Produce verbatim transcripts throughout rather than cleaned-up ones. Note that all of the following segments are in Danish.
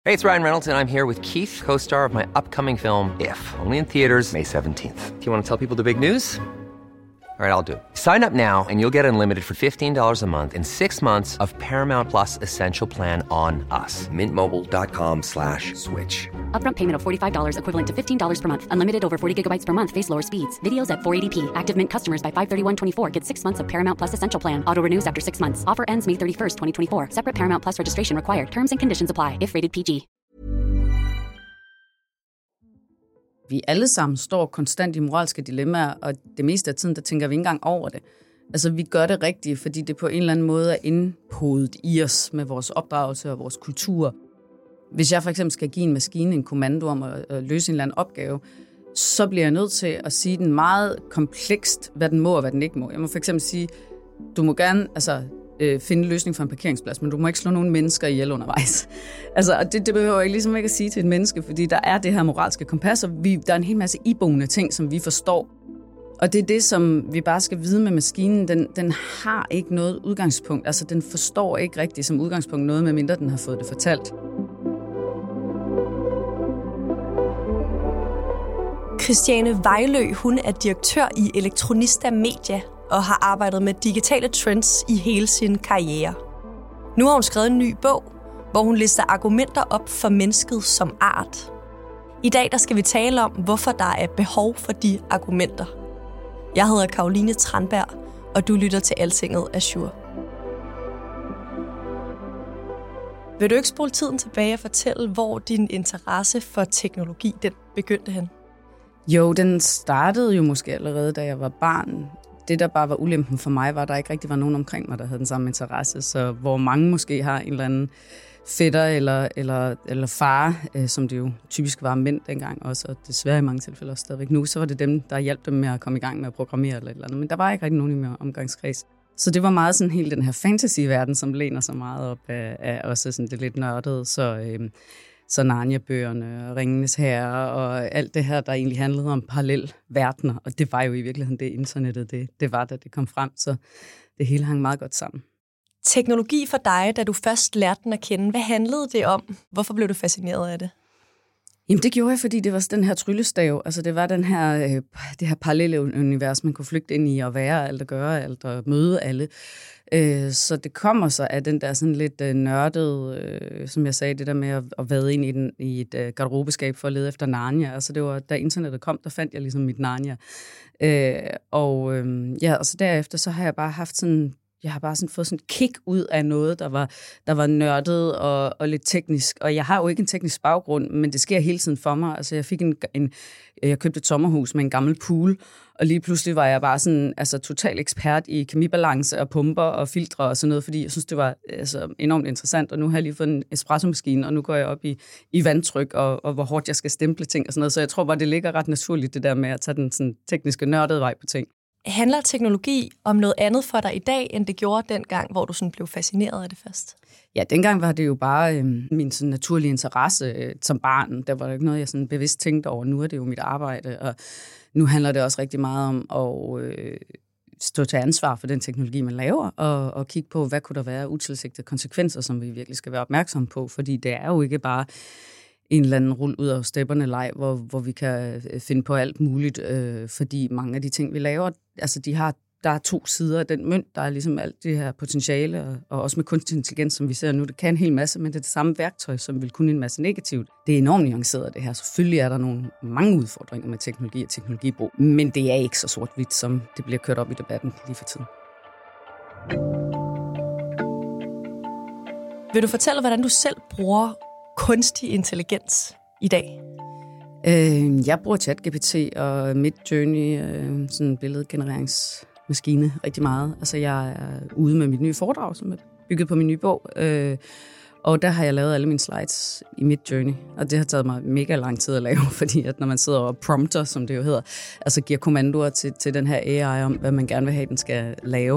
Hey, it's Ryan Reynolds, and I'm here with Keith, co-star of my upcoming film, If, only in theaters May seventeenth. Do you want to tell people the big news? All right, I'll do it. Sign up now and you'll get unlimited for fifteen dollars a month and six months of Paramount Plus Essential Plan on us. Mint Mobile dot com slash switch. Upfront payment of forty-five dollars equivalent to fifteen dollars per month. Unlimited over forty gigabytes per month. Face lower speeds. Videos at four eighty p. Active Mint customers by five thirty-one twenty-four get six months of Paramount Plus Essential Plan. Auto renews after six months. Offer ends May thirty-first, twenty twenty-four. Separate Paramount Plus registration required. Terms and conditions apply if rated P G. Vi alle sammen står konstant i moralske dilemmaer, og det meste af tiden, der tænker vi ikke engang over det. Altså, vi gør det rigtigt, fordi det på en eller anden måde er indpodet i os med vores opdragelse og vores kultur. Hvis jeg for eksempel skal give en maskine en kommando om at løse en eller anden opgave, så bliver jeg nødt til at sige den meget komplekst, hvad den må og hvad den ikke må. Jeg må for eksempel sige, du må gerne altså, øh, finde en løsning for en parkeringsplads, men du må ikke slå nogen mennesker ihjel undervejs. Altså, og det, det behøver jeg ligesom ikke at sige til et menneske, fordi der er det her moralske kompas, og vi, der er en hel masse iboende ting, som vi forstår. Og det er det, som vi bare skal vide med maskinen. Den, den har ikke noget udgangspunkt. Altså, den forstår ikke rigtigt som udgangspunkt noget, medmindre den har fået det fortalt. Christiane Vejlø, hun er direktør i Elektronista Media og har arbejdet med digitale trends i hele sin karriere. Nu har hun skrevet en ny bog, hvor hun lister argumenter op for mennesket som art. I dag der skal vi tale om, hvorfor der er behov for de argumenter. Jeg hedder Caroline Tranberg, og du lytter til Altinget Azure. Vil du ikke spole tiden tilbage og fortælle, hvor din interesse for teknologi den begyndte hen? Jo, den startede jo måske allerede, da jeg var barn. Det, der bare var ulempen for mig, var, at der ikke rigtig var nogen omkring mig, der havde den samme interesse. Så hvor mange måske har en eller anden fætter eller, eller, eller far, øh, som det jo typisk var mænd dengang også, og desværre i mange tilfælde også stadigvæk nu, så var det dem, der hjalp dem med at komme i gang med at programmere eller et eller andet. Men der var ikke rigtig nogen i min omgangskreds. Så det var meget sådan hele den her fantasy-verden, som læner så meget op af, af også sådan det lidt nørdede. Så, øh, så Narnia-bøgerne og Ringenes Herre og alt det her, der egentlig handlede om parallelverdener. Og det var jo i virkeligheden det internettet, det, det var, da det kom frem. Så det hele hang meget godt sammen. Teknologi for dig, da du først lærte den at kende, hvad handlede det om? Hvorfor blev du fascineret af det? Jamen det gjorde jeg, fordi det var den her tryllestav. Altså det var den her, øh, det her parallelle univers, man kunne flygte ind i og være alt og gøre alt og møde alle. Øh, så det kommer så af den der sådan lidt øh, nørdede, øh, som jeg sagde, det der med at, at vade ind i, den, i et øh, garderobeskab for at lede efter Narnia. Altså det var, da internettet kom, der fandt jeg ligesom mit Narnia. Øh, og øh, ja, og så derefter, så har jeg bare haft sådan, jeg har bare sådan fået sådan et kick ud af noget, der var, der var nørdet og, og lidt teknisk. Og jeg har jo ikke en teknisk baggrund, men det sker hele tiden for mig. Altså jeg fik en, en jeg købte et sommerhus med en gammel pool, og lige pludselig var jeg bare sådan, altså total ekspert i kemibalance og pumper og filtre og sådan noget, fordi jeg synes, det var altså, enormt interessant. Og nu har jeg lige fået en espresso-maskine, og nu går jeg op i, i vandtryk, og, og hvor hårdt jeg skal stemple ting og sådan noget. Så jeg tror bare, det ligger ret naturligt, det der med at tage den sådan, tekniske nørdede vej på ting. Handler teknologi om noget andet for dig i dag, end det gjorde dengang, hvor du sådan blev fascineret af det først? Ja, dengang var det jo bare øh, min sådan naturlige interesse øh, som barn. Der var jo ikke noget, jeg sådan bevidst tænkte over. Nu er det jo mit arbejde, og nu handler det også rigtig meget om at øh, stå til ansvar for den teknologi, man laver, og, og kigge på, hvad kunne der være utilsigtede konsekvenser, som vi virkelig skal være opmærksomme på, fordi det er jo ikke bare en eller anden rulle ud af stepperne leg, hvor, hvor vi kan finde på alt muligt, øh, fordi mange af de ting, vi laver, altså de har, der er to sider af den mønt, der er ligesom alt det her potentiale, og, og også med kunstig intelligens, som vi ser nu, det kan en hel masse, men det er det samme værktøj, som vil kunne en masse negativt. Det er enormt nuanceret det her. Selvfølgelig er der nogle mange udfordringer med teknologi og teknologibrug, men det er ikke så sort-hvidt, som det bliver kørt op i debatten lige for tiden. Vil du fortælle, hvordan du selv bruger kunstig intelligens i dag? Øh, jeg bruger ChatGPT og Midjourney, øh, sådan en billedgenereringsmaskine, rigtig meget. Altså, jeg er ude med mit nye foredrag, som er bygget på min nye bog, øh, og der har jeg lavet alle mine slides i Midjourney, og det har taget mig mega lang tid at lave, fordi at når man sidder og prompter, som det jo hedder, altså giver kommandoer til, til den her A I om, hvad man gerne vil have, den skal lave,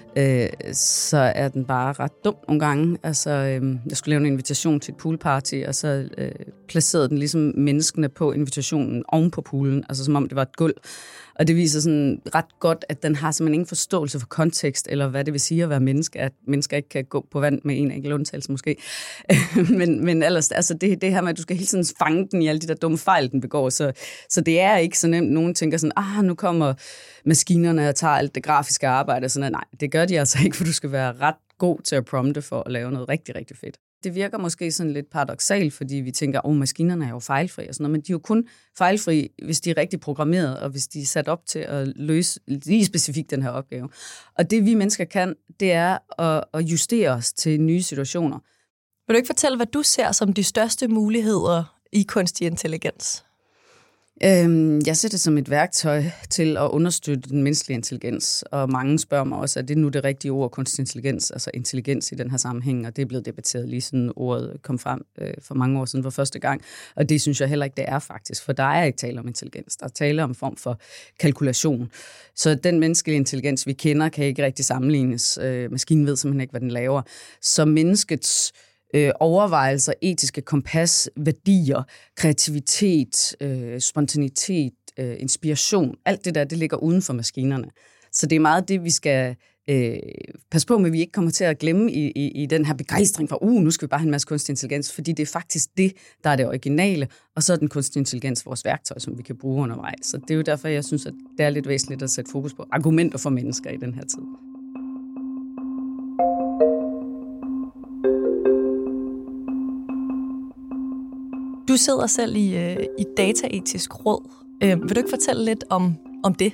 øh, så er den bare ret dum nogle gange. Altså, øh, jeg skulle lave en invitation til et poolparty, og så øh, placerede den ligesom menneskene på invitationen oven på poolen, altså som om det var et gulv. Og det viser sådan ret godt, at den har simpelthen ingen forståelse for kontekst, eller hvad det vil sige at være menneske, at mennesker ikke kan gå på vand med en enkelt undtagelse måske. men, men ellers, altså det, det her med, at du skal hele tiden fange den i alle de der dumme fejl, den begår. Så, så det er ikke så nemt. Nogen tænker sådan, ah, nu kommer maskinerne og tager alt det grafiske arbejde. Og sådan, nej, det gør de altså ikke, for du skal være ret god til at prompte for at lave noget rigtig, rigtig fedt. Det virker måske sådan lidt paradoksalt, fordi vi tænker, åh, oh, maskinerne er jo fejlfri og sådan noget, men de er jo kun fejlfri, hvis de er rigtig programmeret, og hvis de er sat op til at løse lige specifikt den her opgave. Og det vi mennesker kan, det er at, at justere os til nye situationer. Vil du ikke fortælle, hvad du ser som de største muligheder i kunstig intelligens? Øhm, jeg ser det som et værktøj til at understøtte den menneskelige intelligens, og mange spørger mig også, er det nu det rigtige ord, kunstig intelligens, altså intelligens i den her sammenhæng, og det er blevet debatteret lige siden ordet kom frem øh, for mange år siden for første gang, og det synes jeg heller ikke, det er faktisk, for der er ikke tale om intelligens, der er tale om en form for kalkulation. Så den menneskelige intelligens, vi kender, kan ikke rigtig sammenlignes. Øh, maskinen ved simpelthen ikke, hvad den laver. Så menneskets Øh, overvejelser, etiske kompas, værdier, kreativitet, øh, spontanitet, øh, inspiration, alt det der, det ligger uden for maskinerne. Så det er meget det, vi skal øh, passe på med, at vi ikke kommer til at glemme i, i, i den her begejstring for, uh, nu skal vi bare have en masse kunstig intelligens, fordi det er faktisk det, der er det originale, og så er den kunstig intelligens vores værktøj, som vi kan bruge undervejs. Så det er jo derfor, jeg synes, at det er lidt væsentligt at sætte fokus på argumenter for mennesker i den her tid. Du sidder selv i, øh, i Dataetisk Råd. Øh, vil du ikke fortælle lidt om, om det?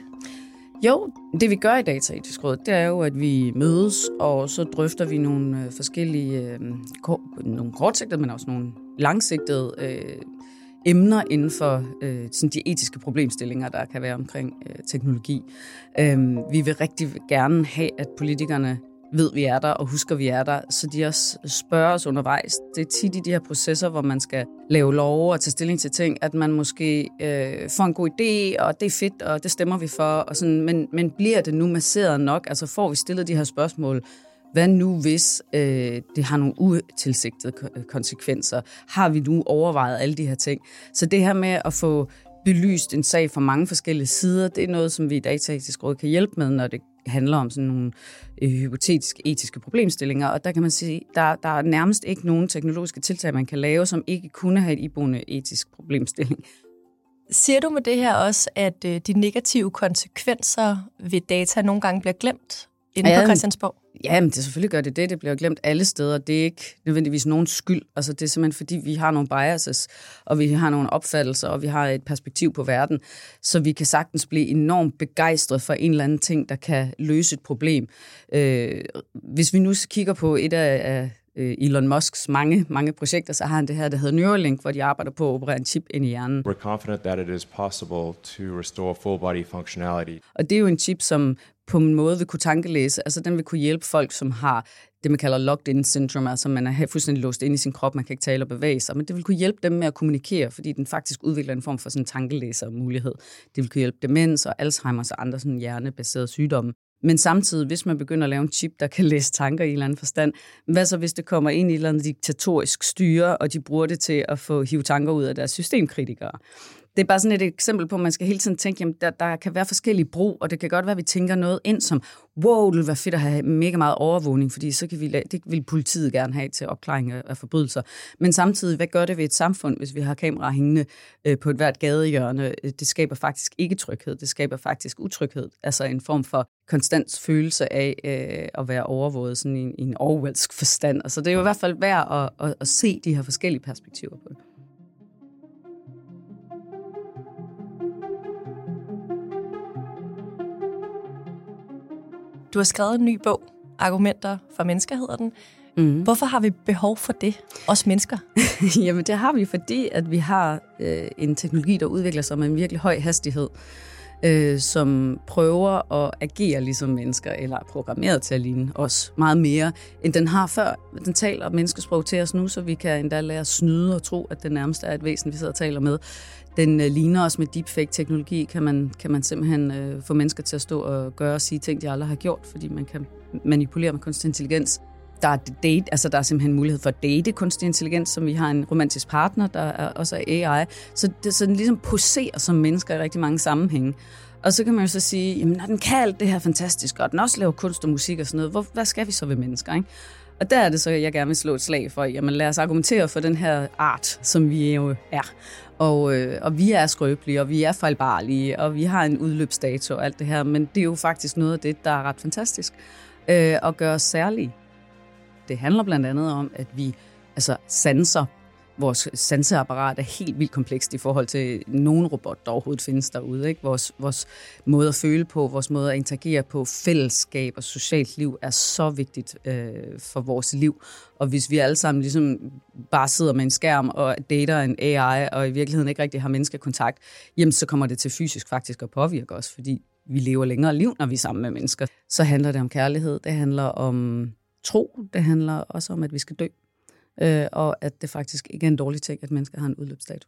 Jo, det vi gør i Dataetisk Råd, det er jo, at vi mødes, og så drøfter vi nogle øh, forskellige, øh, kort, nogle kortsigtede, men også nogle langsigtede øh, emner inden for øh, sådan de etiske problemstillinger, der kan være omkring øh, teknologi. Øh, vi vil rigtig gerne have, at politikerne ved, vi er der, og husker, vi er der, så de også spørger os undervejs. Det er tit i de her processer, hvor man skal lave love og tage stilling til ting, at man måske øh, får en god idé, og det er fedt, og det stemmer vi for, og sådan, men, men bliver det nu masseret nok? Altså får vi stillet de her spørgsmål? Hvad nu, hvis øh, det har nogle utilsigtede konsekvenser? Har vi nu overvejet alle de her ting? Så det her med at få belyst en sag fra mange forskellige sider, det er noget, som vi i Dataetisk Råd kan hjælpe med, når det handler om sådan nogle øh, hypotetiske, etiske problemstillinger, og der kan man sige, der, der er nærmest ikke nogen teknologiske tiltag, man kan lave, som ikke kunne have et iboende etisk problemstilling. Siger du med det her også, at øh, de negative konsekvenser ved data nogle gange bliver glemt inde ja, på Christiansborg? Ja, men det selvfølgelig gør det det. Det bliver glemt alle steder. Det er ikke nødvendigvis nogens skyld. Altså, det er simpelthen fordi, vi har nogle biases, og vi har nogle opfattelser, og vi har et perspektiv på verden, så vi kan sagtens blive enormt begejstret for en eller anden ting, der kan løse et problem. Øh, hvis vi nu kigger på et af, af Elon Musks mange, mange projekter, så har han det her, der hedder Neuralink, hvor de arbejder på at operere en chip ind i hjernen. We're confident that it is possible to restore full body functionality. Og det er jo en chip, som på en måde vil kunne tankelæse. Altså den vil kunne hjælpe folk, som har det, man kalder locked-in syndrome, altså man er fuldstændig låst ind i sin krop, man kan ikke tale og bevæge sig, men det vil kunne hjælpe dem med at kommunikere, fordi den faktisk udvikler en form for sådan en tankelæser-mulighed. Det vil kunne hjælpe demens og Alzheimer's og andre sådan hjernebaserede sygdomme. Men samtidig, hvis man begynder at lave en chip, der kan læse tanker i en eller anden forstand, hvad så hvis det kommer ind i et eller andet diktatorisk styre, og de bruger det til at få hive tanker ud af deres systemkritikere? Det er bare sådan et eksempel på, at man skal hele tiden tænke, at der, der kan være forskellige brug, og det kan godt være, at vi tænker noget ind som, wow, det vil være fedt at have mega meget overvågning, fordi så kan vi, det vil politiet gerne have til opklaring af forbrydelser. Men samtidig, hvad gør det ved et samfund, hvis vi har kameraer hængende på et hvert gadehjørne? Det skaber faktisk ikke tryghed, det skaber faktisk utryghed. Altså en form for konstant følelse af øh, at være overvåget sådan i, i en Orwellsk forstand. Altså det er jo i hvert fald værd at, at, at se de her forskellige perspektiver på det. Du har skrevet en ny bog, Argumenter for mennesker hedder den. Mm. Hvorfor har vi behov for det, os mennesker? Jamen det har vi, fordi at vi har øh, en teknologi, der udvikler sig med en virkelig høj hastighed. øh, som prøver at agere ligesom mennesker, eller er programmeret til at ligne os meget mere, end den har før. Den taler menneskesprog til os nu, så vi kan endda lære at snyde og tro, at det nærmeste er et væsen, vi sidder og taler med. Den øh, ligner os med deepfake-teknologi, kan man, kan man simpelthen øh, få mennesker til at stå og gøre og sige ting, de aldrig har gjort, fordi man kan manipulere med kunstig intelligens. Der er, date, altså der er simpelthen mulighed for at date kunstig intelligens, som vi har en romantisk partner, der er også er A I. Så, det, så den ligesom poserer som mennesker i rigtig mange sammenhænge. Og så kan man jo så sige, jamen når den kan alt det her fantastisk, og den også laver kunst og musik og sådan noget, hvor, hvad skal vi så ved mennesker, ikke? Og der er det så, jeg gerne vil slå et slag for, jamen lad os argumentere for den her art, som vi jo er. Og, øh, og vi er skrøbelige, og vi er fejlbarlige, og vi har en udløbsdato og alt det her, men det er jo faktisk noget af det, der er ret fantastisk øh, at gøre os særlige. Det handler blandt andet om, at vi altså sanser. Vores sanseapparat er helt vildt komplekst i forhold til nogen robot, der overhovedet findes derude. Ikke? Vores, vores måde at føle på, vores måde at interagere på, fællesskab og socialt liv er så vigtigt øh, for vores liv. Og hvis vi alle sammen ligesom bare sidder med en skærm og dater en A I, og i virkeligheden ikke rigtig har menneskekontakt, jamen så kommer det til fysisk faktisk at påvirke os, fordi vi lever længere liv, når vi er sammen med mennesker. Så handler det om kærlighed, det handler om tro, det handler også om, at vi skal dø. Øh, og at det faktisk ikke er en dårlig ting, at mennesker har en udløbsdato.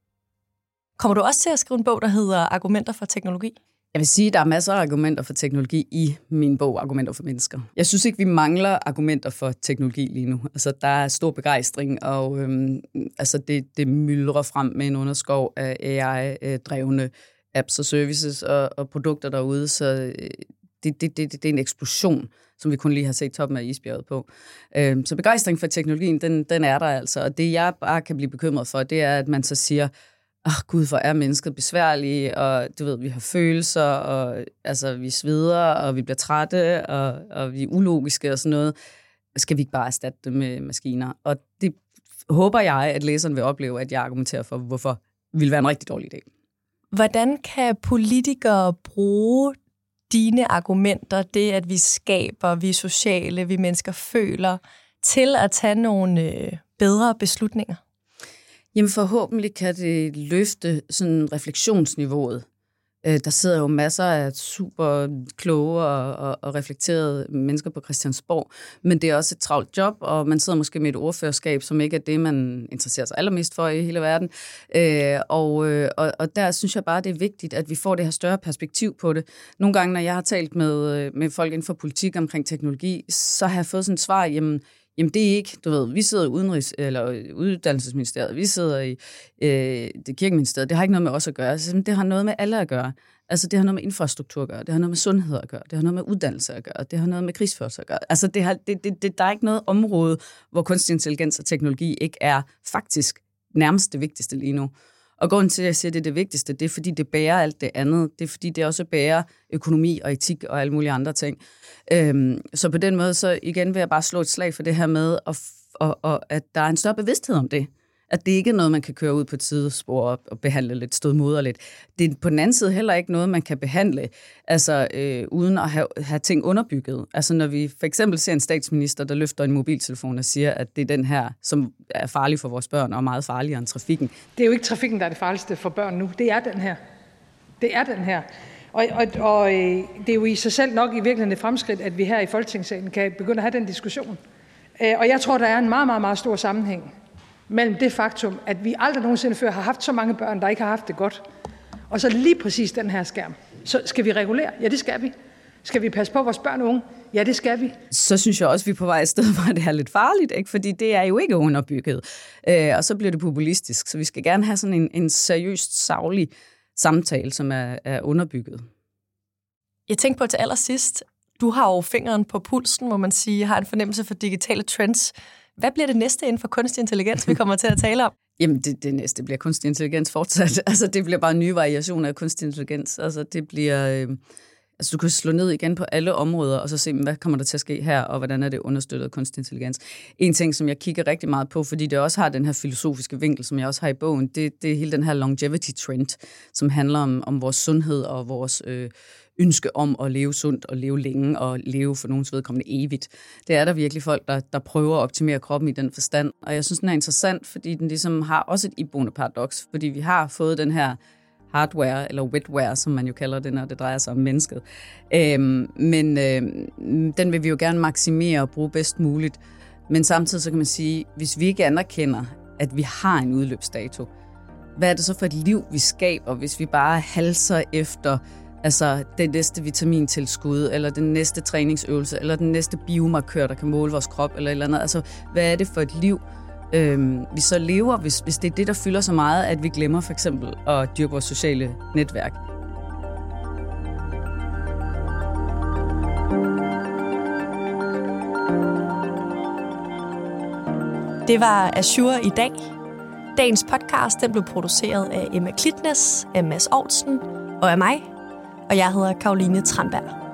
Kommer du også til at skrive en bog, der hedder Argumenter for teknologi? Jeg vil sige, at der er masser af argumenter for teknologi i min bog, Argumenter for mennesker. Jeg synes ikke, vi mangler argumenter for teknologi lige nu. Altså, der er stor begejstring, og øhm, altså, det, det myldrer frem med en underskov af A I-drevne apps og services og, og produkter derude, så det, det, det, det er en eksplosion, som vi kun lige har set toppen af isbjerget på. Øhm, så begejstring for teknologien, den, den er der altså. Og det, jeg bare kan blive bekymret for, det er, at man så siger, åh oh, gud, hvor er mennesket besværlige, og du ved, vi har følelser, og altså, vi sveder, og vi bliver trætte, og, og vi er ulogiske og sådan noget. Skal vi ikke bare erstatte det med maskiner? Og det håber jeg, at læseren vil opleve, at jeg argumenterer for, hvorfor det vil være en rigtig dårlig idé. Hvordan kan politikere bruge dine argumenter, det at vi skaber, vi er sociale, vi mennesker føler, til at tage nogle øh, bedre beslutninger? Jamen forhåbentlig kan det løfte sådan refleksionsniveauet. Der sidder jo masser af super kloge og, og, og reflekterede mennesker på Christiansborg, men det er også et travlt job, og man sidder måske med et ordførerskab, som ikke er det, man interesserer sig allermest for i hele verden. Øh, og, og, og der synes jeg bare, det er vigtigt, at vi får det her større perspektiv på det. Nogle gange, når jeg har talt med, med folk inden for politik omkring teknologi, så har jeg fået sådan et svar, jamen, Jamen det er ikke, du ved, vi sidder i udenrigs, eller uddannelsesministeriet, vi sidder i øh, det kirkeministeriet, det har ikke noget med os at gøre. Altså, det har noget med alle at gøre. Altså det har noget med infrastruktur at gøre, det har noget med sundhed at gøre, det har noget med uddannelse at gøre, det har noget med krigsførelse at gøre. Altså det har, det, det, det, der er ikke noget område, hvor kunstig intelligens og teknologi ikke er faktisk nærmest det vigtigste lige nu. Og grunden til, at jeg siger, at det er det vigtigste, det er, fordi det bærer alt det andet. Det er, fordi det også bærer økonomi og etik og alle mulige andre ting. Øhm, så på den måde, så igen vil jeg bare slå et slag for det her med, at, og, og, at der er en større bevidsthed om det. At det ikke er noget, man kan køre ud på et sidespor og, og behandle lidt stødmoderligt. Det er på den anden side heller ikke noget, man kan behandle, altså øh, uden at have, have ting underbygget. Altså når vi for eksempel ser en statsminister, der løfter en mobiltelefon og siger, at det er den her, som er farlig for vores børn og meget farligere end trafikken. Det er jo ikke trafikken, der er det farligste for børn nu. Det er den her. Det er den her. Og, og, og øh, det er jo i sig selv nok i virkeligheden et fremskridt, at vi her i Folketingssalen kan begynde at have den diskussion. Øh, og jeg tror, der er en meget, meget, meget stor sammenhæng mellem det faktum, at vi aldrig nogensinde før har haft så mange børn, der ikke har haft det godt, og så lige præcis den her skærm. Så skal vi regulere? Ja, det skal vi. Skal vi passe på vores børn og unge? Ja, det skal vi. Så synes jeg også, at vi er på vej et sted, hvor det er lidt farligt, ikke? Fordi det er jo ikke underbygget. Øh, og så bliver det populistisk. Så vi skal gerne have sådan en, en seriøst saglig samtale, som er, er underbygget. Jeg tænkte på til allersidst, du har jo fingeren på pulsen, må man sige, har en fornemmelse for digitale trends. Hvad bliver det næste inden for kunstig intelligens, vi kommer til at tale om? Jamen, det, det næste bliver kunstig intelligens fortsat. Altså, det bliver bare nye variationer af kunstig intelligens. Altså, det bliver... Øh, altså, du kan slå ned igen på alle områder, og så se, hvad kommer der til at ske her, og hvordan er det understøttet af kunstig intelligens. En ting, som jeg kigger rigtig meget på, fordi det også har den her filosofiske vinkel, som jeg også har i bogen, det, det er hele den her longevity trend, som handler om, om vores sundhed og vores... Øh, ønske om at leve sundt og leve længe og leve for nogens vedkommende evigt. Det er der virkelig folk, der, der prøver at optimere kroppen i den forstand. Og jeg synes, den er interessant, fordi den ligesom har også et iboende paradoks, fordi vi har fået den her hardware, eller wetware, som man jo kalder det, når det drejer sig om mennesket. Øhm, men øh, den vil vi jo gerne maksimere og bruge bedst muligt. Men samtidig så kan man sige, hvis vi ikke anerkender, at vi har en udløbsdato, hvad er det så for et liv, vi skaber, hvis vi bare halser efter altså det næste vitamintilskud, eller den næste træningsøvelse, eller den næste biomarkør, der kan måle vores krop, eller et eller andet. Altså, hvad er det for et liv, øhm, vi så lever, hvis, hvis det er det, der fylder så meget, at vi glemmer for eksempel at dyrke vores sociale netværk? Det var Azure i dag. Dagens podcast den blev produceret af Emma Klitnes, af Mads Aarhusen og af mig. Og jeg hedder Caroline Tranberg.